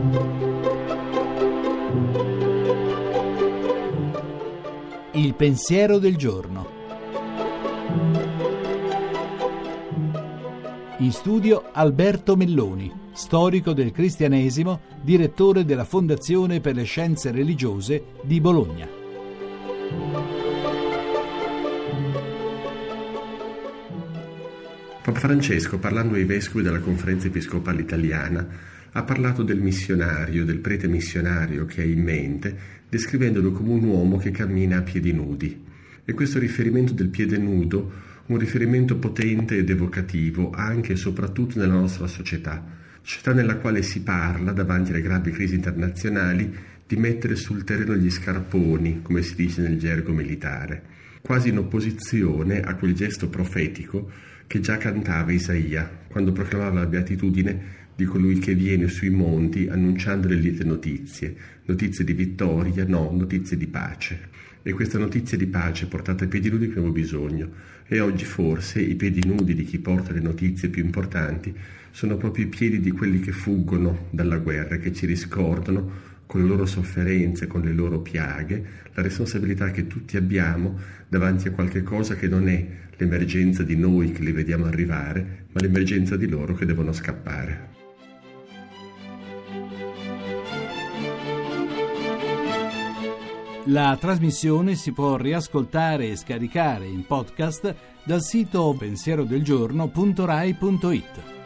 Il pensiero del giorno. In studio Alberto Melloni, storico del cristianesimo, direttore della Fondazione per le Scienze Religiose di Bologna. Papa Francesco, parlando ai vescovi della Conferenza Episcopale Italiana, ha parlato del missionario, del prete missionario che ha in mente, descrivendolo come un uomo che cammina a piedi nudi. E questo riferimento del piede nudo, un riferimento potente ed evocativo anche e soprattutto nella nostra società nella quale si parla, davanti alle gravi crisi internazionali, di mettere sul terreno gli scarponi, come si dice nel gergo militare, quasi in opposizione a quel gesto profetico che già cantava Isaia, quando proclamava la beatitudine di colui che viene sui monti annunciando le liete notizie di vittoria, no, notizie di pace. E questa notizia di pace portata a piedi nudi che abbiamo bisogno. E oggi forse i piedi nudi di chi porta le notizie più importanti sono proprio i piedi di quelli che fuggono dalla guerra, che ci riscordano con le loro sofferenze, con le loro piaghe, la responsabilità che tutti abbiamo davanti a qualche cosa che non è l'emergenza di noi che li vediamo arrivare, ma l'emergenza di loro che devono scappare. La trasmissione si può riascoltare e scaricare in podcast dal sito pensierodelgiorno.rai.it.